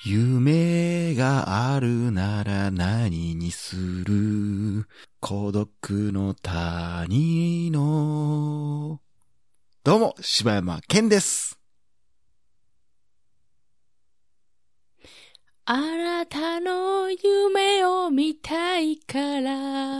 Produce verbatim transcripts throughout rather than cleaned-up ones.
夢があるなら何にする？孤独の谷の。どうも、柴山健です。 あなたの夢を見たいから。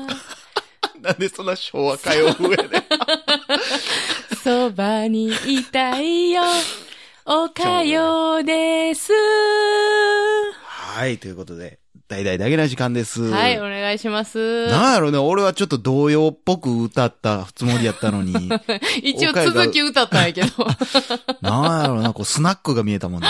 なんでそんな昭和歌謡風やねん。 そばにいたいよ。おかよです。 はい、ということで、大々だけな時間です。 はい、お願いします。 なんやろね、俺はちょっと童謡っぽく歌ったつもりやったのに。 一応続き歌ったんやけど。 なんやろな、こうスナックが見えたもんね。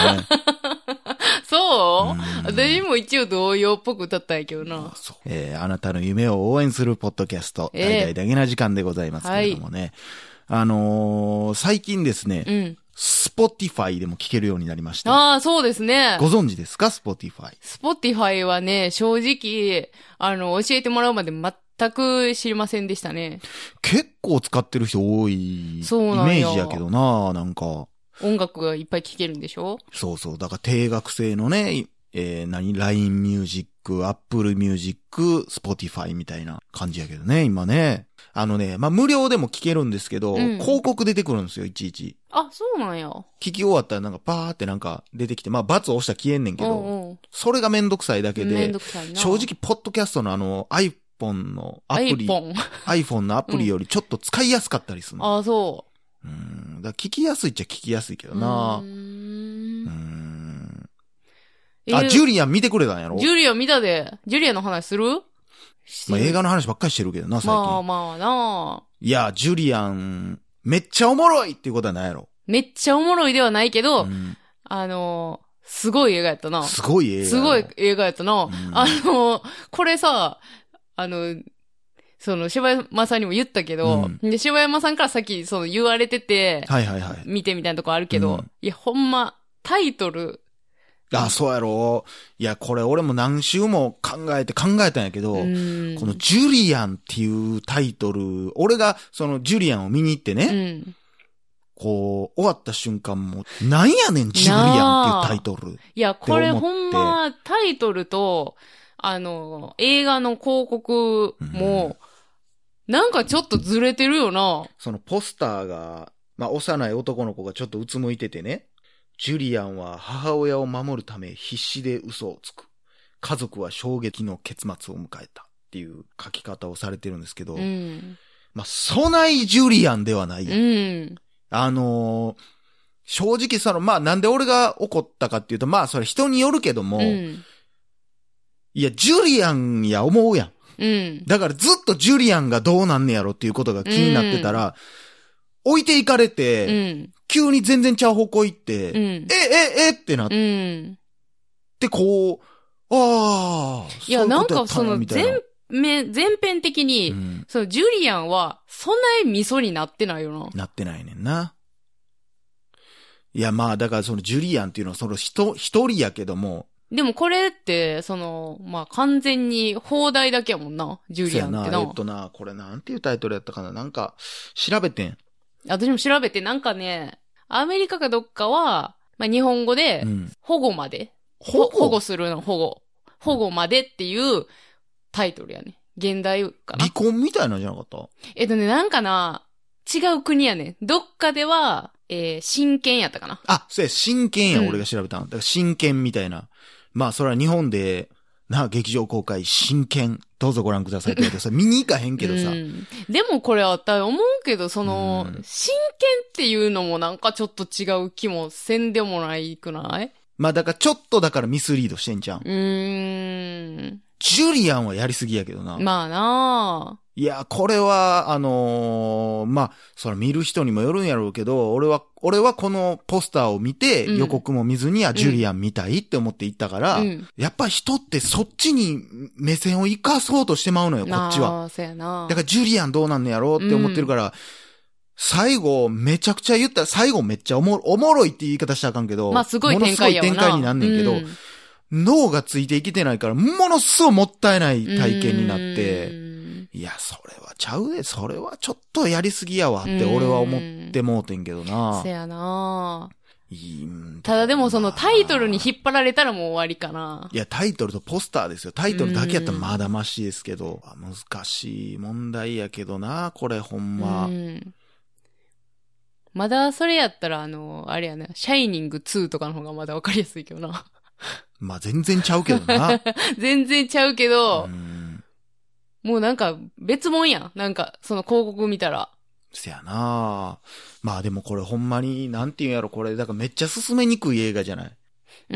そう？私も一応童謡っぽく歌ったんやけどな。 そう。えー、あなたの夢を応援するポッドキャスト、 えー、 大々だけな時間でございますけれどもね。はい、あのー、最近ですね、うん、Spotify でも聞けるようになりました。 ああ、そうですね。 ご存知ですか Spotify。 Spotify はね、正直、あの、教えてもらうまで全く知りませんでしたね。 結構使ってる人多いイメージやけどな、なんか。 音楽がいっぱい聴けるんでしょ？ そうそう。だから定額制のね、えー、何 ?ライン Music、Apple Music、Spotify みたいな感じやけどね、今ね。あのね、まあ、無料でも聞けるんですけど、うん、広告出てくるんですよ、いちいち。 あ、そうなんや。 聞き終わったらなんかパーってなんか出てきて、まあ、バツ押したら消えんねんけど、うんうん、それがめんどくさいだけで、 めんどくさいな。 正直、ポッドキャストのあの、iPhone のアプリ、 iPhone, iPhone のアプリよりちょっと使いやすかったりするの。 うん、あ、そう。 うん。だから聞きやすいっちゃ聞きやすいけどな。うーん。うーん。あ、ジュリアン見てくれたんやろ？ ジュリアン見たで。ジュリアンの話する？ まあ、映画の話ばっかりしてるけどな、最近。 まあまあな。 いや、ジュリアン、めっちゃおもろいっていうことはないやろ？ めっちゃおもろいではないけど、うん、あの、すごい映画やったな。 すごい映画。 すごい映画やったな。うん、あの、これさ、あの、その、柴山さんにも言ったけど、うん、で、柴山さんからさっき、その、言われてて、 はいはいはい。 見てみたいなとこあるけど、うん、いや、ほんま、タイトル。 あ、そうやろ。いや、これ俺も何週も考えて考えたんやけど、このジュリアンっていうタイトル、俺がそのジュリアンを見に行ってね、うん、こう、終わった瞬間も、なんやねん、ジュリアンっていうタイトル。 いや、これほんま、タイトルと、あの、映画の広告も、うんなんかちょっとずれてるよな。 そのポスターが、まあ、幼い男の子がちょっとうつむいててね、ジュリアンは母親を守るため必死で嘘をつく。家族は衝撃の結末を迎えたっていう書き方をされてるんですけど、うん、まあ、そないジュリアンではない。うん、あのー、正直その、まあ、なんで俺が怒ったかっていうと、まあ、それ人によるけども、うん、いや、ジュリアンや思うやん。うん。だからずっとジュリアンがどうなんねやろっていうことが気になってたら、うん、置いていかれて、うん、急に全然ちゃう方向行って、うん、え、え、えってなって、うん、で、こう、ああ、 いや、なんかその全面、全編的に、うん、そのジュリアンは、そんなに味噌になってないよな。 なってないねんな。いや、まあ、だからそのジュリアンっていうのはその人、一人やけども、 でもこれって、その、まあ、完全に放題だけやもんな、ジュリアンってな。 そうやな、えっとな、これなんていうタイトルやったかな、なんか、調べてん。 私も調べて、なんかね、アメリカかどっかは、まあ、日本語で、保護まで、うん、保護保護するの、保護。保護までっていうタイトルやね。現代かな。 離婚みたいなんじゃなかった？ えっとね、なんかな、違う国やね。どっかでは、えー、真剣やったかな。 あ、そうや、真剣や、うん、俺が調べたの。だから真剣みたいな。まあ、それは日本で、な、劇場公開、真剣、どうぞご覧くださいって言われてさ、見に行かへんけどさ、うん。 でもこれあったら思うけど、その、うん、真剣っていうのもなんかちょっと違う気もせんでもないくない？ まあ、だからちょっとだからミスリードしてんじゃん。 うーん。 ジュリアンはやりすぎやけどな。 まあなあ。 いや、これは、あのー、まあ、それ見る人にもよるんやろうけど、俺は、俺はこのポスターを見て、うん、予告も見ずにはジュリアン見たいって思って行ったから、うん、やっぱ人ってそっちに目線を生かそうとしてまうのよ、こっちは。 ああ、そうやな。 だからジュリアンどうなんのやろうって思ってるから、うん、最後、めちゃくちゃ言ったら、最後めっちゃおもろ、おもろいって言い方したらあかんけど、 まあすごい展開やわな。 ものすごい展開になんねんけど、うん脳がついていけてないから、ものすごいもったいない体験になって、いや、それはちゃうで、それはちょっとやりすぎやわって俺は思ってもうてんけどな。 せやな。 いいんただでもそのタイトルに引っ張られたらもう終わりかな。 いや、タイトルとポスターですよ。タイトルだけやったらまだましですけど。難しい問題やけどな、これほんま。うん、 まだそれやったらあの、あれやな、シャイニングツーとかの方がまだわかりやすいけどな。 まあ全然ちゃうけどな。 全然ちゃうけど、うん、もうなんか別物やん。なんかその広告見たら。 せやな。まあでもこれほんまに、なんていうんやろ、これ、だからめっちゃ進めにくい映画じゃない。 うん。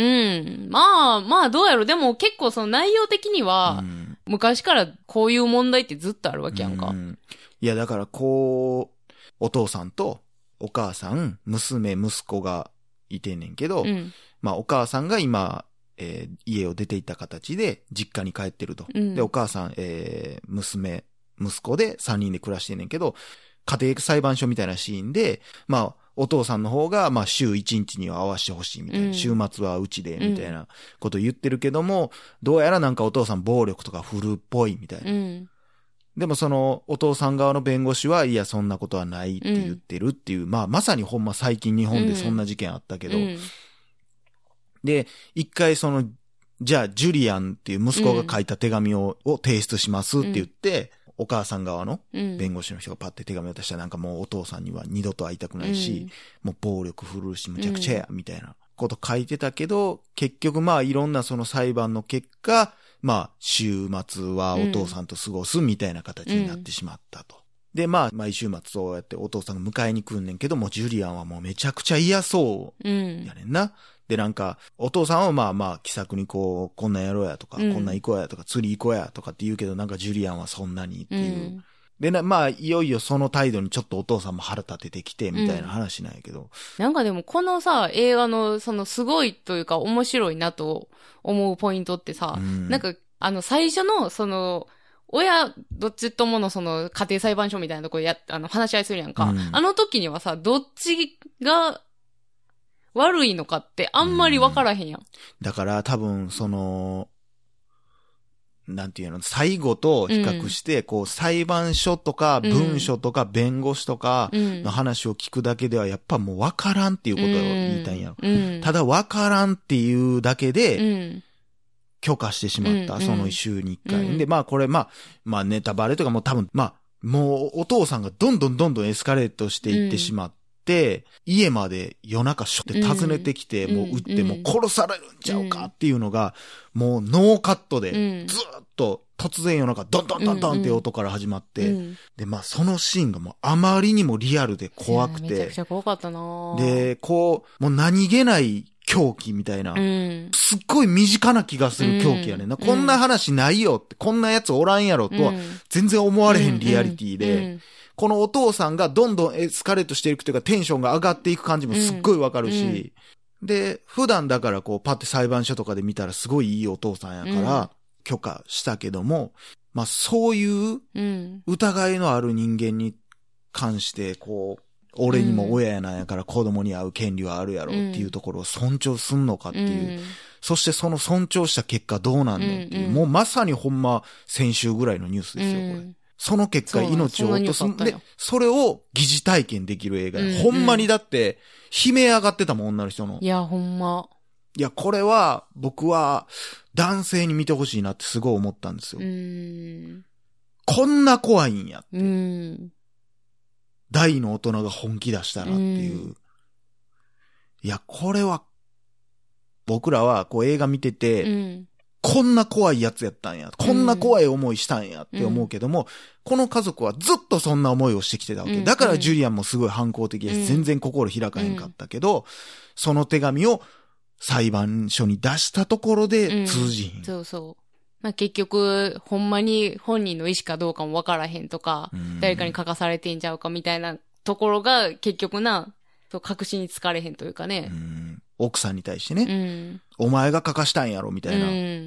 まあまあどうやろ。でも結構その内容的には、うん、昔からこういう問題ってずっとあるわけやんか。うん、 いやだからこう、お父さんとお母さん、娘、息子がいてんねんけど、うん、まあお母さんが今、えー、家を出ていった形で実家に帰ってると。うん、で、お母さん、えー、娘、息子でさんにんで暮らしてんねんけど、家庭裁判所みたいなシーンで、まあ、お父さんの方が、まあ、週いちにちには会わしてほしいみたいな、うん、週末はうちで、みたいなこと言ってるけども、うん、どうやらなんかお父さん暴力とか振るっぽいみたいな。うん、でもその、お父さん側の弁護士は、いや、そんなことはないって言ってるっていう、うん、まあ、まさにほんま最近日本でそんな事件あったけど、うん、で、一回その、じゃあ、ジュリアンっていう息子が書いた手紙を、を提出しますって言って、お母さん側の弁護士の人がパッて手紙を渡したらなんかもうお父さんには二度と会いたくないし、うん、もう暴力振るうしむちゃくちゃや、みたいなこと書いてたけど、結局まあいろんなその裁判の結果、まあ週末はお父さんと過ごすみたいな形になってしまったと。うん、でまあ毎週末そうやってお父さんが迎えに来んねんけども、ジュリアンはもうめちゃくちゃ嫌そうやねんな。うん、で、なんか、お父さんはまあまあ、気さくにこう、こんなんやろうやとか、うん、こんなん行こうやとか、釣り行こうやとかって言うけど、なんかジュリアンはそんなにっていう。うん、でな、まあ、いよいよその態度にちょっとお父さんも腹立ててきて、みたいな話なんやけど、うん。 なんかでも、このさ、映画の、その、すごいというか、面白いなと思うポイントってさ、うん、なんか、あの、最初の、その、親、どっちとものその、家庭裁判所みたいなところでや、あの、話し合いするやんか。うん、あの時にはさ、どっちが、悪いのかってあんまり分からへんやん。んだから多分その、なんていうの、最後と比較して、うん、こう裁判所とか文書とか弁護士とかの話を聞くだけではやっぱもう分からんっていうことを言いたいんや、うん、ただ分からんっていうだけで、許可してしまった。うん、その週にいっかい、うん。で、まあこれまあ、まあネタバレとかも多分、まあ、もうお父さんがどんどんどんどんエスカレートしていってしまって、で、家まで夜中しょって訪ねてきて、うん、もう撃ってもう殺されるんちゃうかっていうのが、もうノーカットで、ずっと突然夜中ドンドンドンドンって音から始まって、うん、で、まあそのシーンがもうあまりにもリアルで怖くて、めちゃくちゃ怖かったなで、こう、もう何気ない狂気みたいな、うん、すっごい身近な気がする狂気やねんな、うん、こんな話ないよって、こんなやつおらんやろとは全然思われへんリアリティで、うんうんうん、このお父さんがどんどんエスカレートしていくというかテンションが上がっていく感じもすっごいわかるし、うん、で、普段だからこうパッて裁判所とかで見たらすごいいいお父さんやから許可したけども、まあそういう疑いのある人間に関してこう、俺にも親やなんやから子供に会う権利はあるやろっていうところを尊重すんのかっていう、うん、そしてその尊重した結果どうなんねんっていう、うん、もうまさにほんま先週ぐらいのニュースですよ、これ。うんその結果命を落とすんで、それを疑似体験できる映画や、うん、ほんまにだって、悲鳴上がってたもん、女の人の。 いや、ほんま。 いや、これは、僕は、男性に見てほしいなってすごい思ったんですよ。 うーんこんな怖いんやって。 うーん大の大人が本気出したらっていう。ういや、これは、僕らは、こう映画見てて、うんこんな怖いやつやったんや。こんな怖い思いしたんやって思うけども、うん、この家族はずっとそんな思いをしてきてたわけ。うん、だからジュリアンもすごい反抗的で、うん、全然心開かへんかったけど、うん、その手紙を裁判所に出したところで通じひん。 うん、そうそう。まあ、結局、ほんまに本人の意思かどうかもわからへんとか、うん、誰かに書かされてんちゃうかみたいなところが結局な、そう確信につかれへんというかね。 うん奥さんに対してね、 うん、 お前が書かしたんやろみたいな、うん、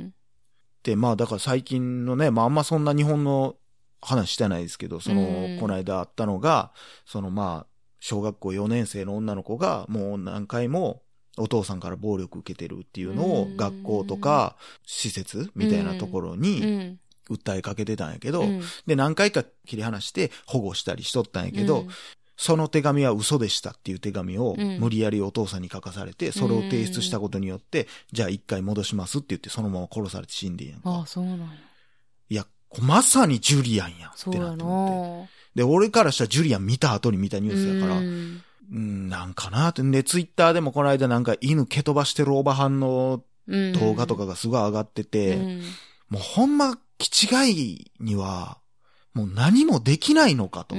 でまあだから最近のねまああんまそんな日本の話してないですけどその、うん、この間あったのがそのまあ小学校よねん生の女の子がもう何回もお父さんから暴力受けてるっていうのを学校とか施設みたいなところに訴えかけてたんやけど、うん、で何回か切り離して保護したりしとったんやけど、うんその手紙は嘘でしたっていう手紙をうん無理やりお父さんに書かされて、それを提出したことによって、じゃあ一回戻しますって言ってそのまま殺されて死んでんやんか。 ああ、そうなんや。 いや、まさにジュリアンやんってそうやなって思って。 な。 で、俺からしたらジュリアン見た後に見たニュースやから、 ううんん、なんかなって。で、ツイッターでもこの間なんか犬蹴飛ばしてるおばはんの動画とかがすごい上がってて、 うん、 もうほんま、気違いには、もう何もできないのかと。 うん、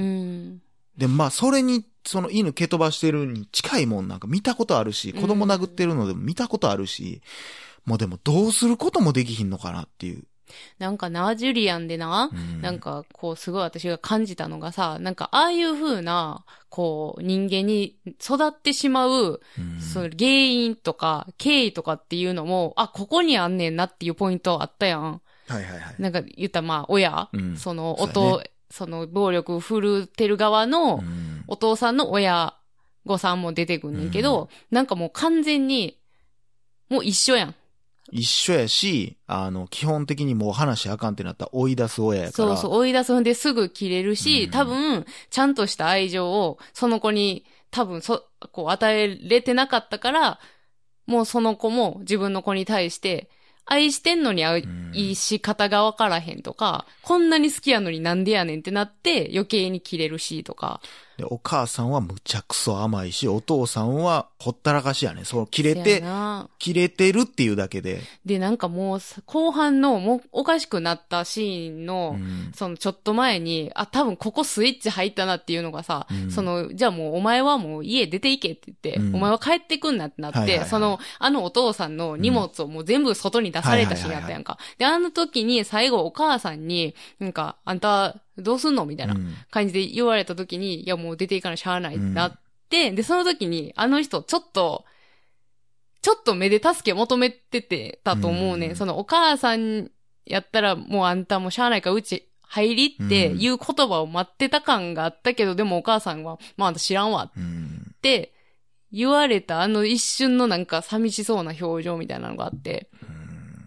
で、まあ、それに、その犬蹴飛ばしてるに近いもんなんか見たことあるし、子供殴ってるのでも見たことあるし、もうでもどうすることもできひんのかなっていう。 なんかな、ジュリアンでな、 うん、 なんかこうすごい私が感じたのがさ、なんかああいう風な、こう人間に育ってしまう、 うん、 その原因とか経緯とかっていうのも、あ、ここにあんねんなっていうポイントあったやん。 はいはいはい。 なんか言ったまあ親、 うん、 そのそう音、 やね、 その暴力を振るってる側のうん、 お父さんの親御さんも出てくんねんけど、うん、なんかもう完全に、もう一緒やん。 一緒やし、あの、基本的にもう話あかんってなったら追い出す親やから。 そうそう、追い出すんですぐ切れるし、うん、多分、ちゃんとした愛情をその子に多分そ、こう与えれてなかったから、もうその子も自分の子に対して、愛してんのに愛し方がわからへんとか、うん、こんなに好きやのになんでやねんってなって余計に切れるしとか。 で、お母さんはむちゃくそ甘いし、お父さんはほったらかしやね。そう、切れて、切れてるっていうだけで。 で、なんかもう、後半のもうおかしくなったシーンの、うん、そのちょっと前に、あ、多分ここスイッチ入ったなっていうのがさ、うん、その、じゃあもうお前はもう家出て行けって言って、うん、お前は帰ってくんなってなって、はいはいはい、その、あのお父さんの荷物をもう全部外に出されたシーンやったやんか。で、あの時に最後お母さんに、なんか、あんた、どうすんのみたいな感じで言われた時に、うん、いやもう出ていかなしゃあないってなって、うん、で、その時にあの人ちょっと、ちょっと目で助け求めててたと思うね、うん。そのお母さんやったらもうあんたもしゃあないからうち入りっていう言葉を待ってた感があったけど、でもお母さんは、まああんた知らんわって言われたあの一瞬のなんか寂しそうな表情みたいなのがあって、うん、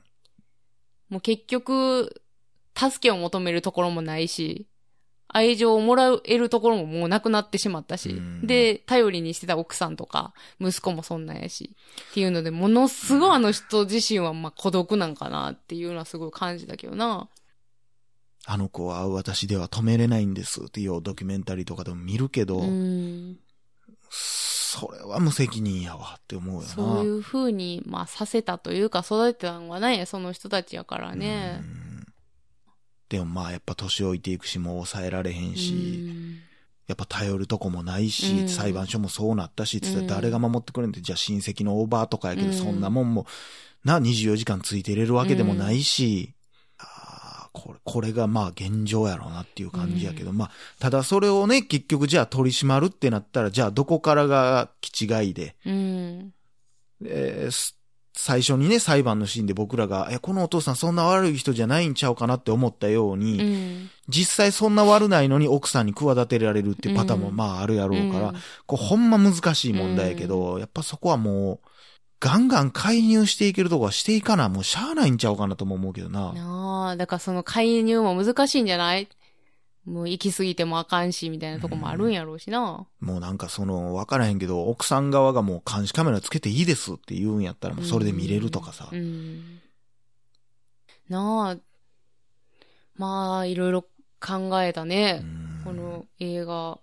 もう結局、助けを求めるところもないし、愛情をもらえるところももうなくなってしまったし、で、頼りにしてた奥さんとか、息子もそんなんやし、っていうので、ものすごいあの人自身はまあ孤独なんかなっていうのはすごい感じたけどな。 あの子は私では止めれないんですっていうドキュメンタリーとかでも見るけど、うんそれは無責任やわって思うよな。 そういう風に、まあさせたというか育てたのはね、その人たちやからね。 うんでもまあやっぱ年老いていくしもう抑えられへんし、うん、やっぱ頼るとこもないし、うん、裁判所もそうなったし、って言ったら誰が守ってくれんって、じゃあ親戚のオーバーとかやけど、うん、そんなもんも、な、にじゅうよじかんついてれるわけでもないし、うん、あこれ、これがまあ現状やろうなっていう感じやけど、うん、まあ、ただそれをね、結局じゃあ取り締まるってなったら、じゃあどこからが気違いで、うんえー最初にね、裁判のシーンで僕らが、え、このお父さんそんな悪い人じゃないんちゃうかなって思ったように、うん、実際そんな悪ないのに奥さんに企てられるっていうパターンもまああるやろうから、うん、こうほんま難しい問題やけど、うん、やっぱそこはもう、ガンガン介入していけるとこはしていかな、もうしゃあないんちゃうかなとも思うけどな。 ああ、だからその介入も難しいんじゃない？もう行き過ぎてもあかんし、みたいなとこもあるんやろうしな。 うん、もうなんかその、わからへんけど、奥さん側がもう監視カメラつけていいですって言うんやったら、もうそれで見れるとかさ。うんうん、 なあ。まあ、いろいろ考えたね。この映画。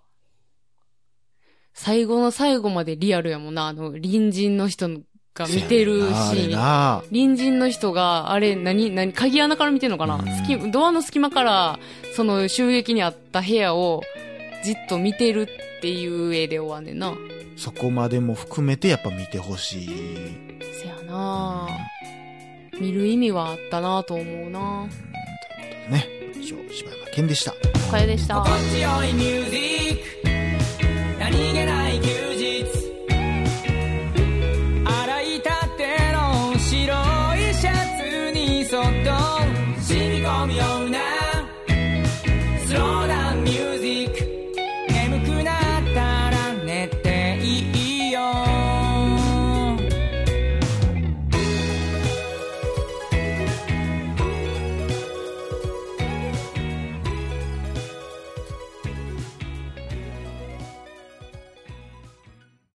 最後の最後までリアルやもんな。あの、隣人の人が見てるし、隣人の人が、あれ、何、何、鍵穴から見てんのかな、隙ドアの隙間から、その襲撃にあった部屋をじっと見てるっていう絵で終わんねんな。 そこまでも含めてやっぱ見てほしい。 せやな、うん、見る意味はあったなと思うな。うん、 ということでね、以上、柴山健でした。 おかよでした。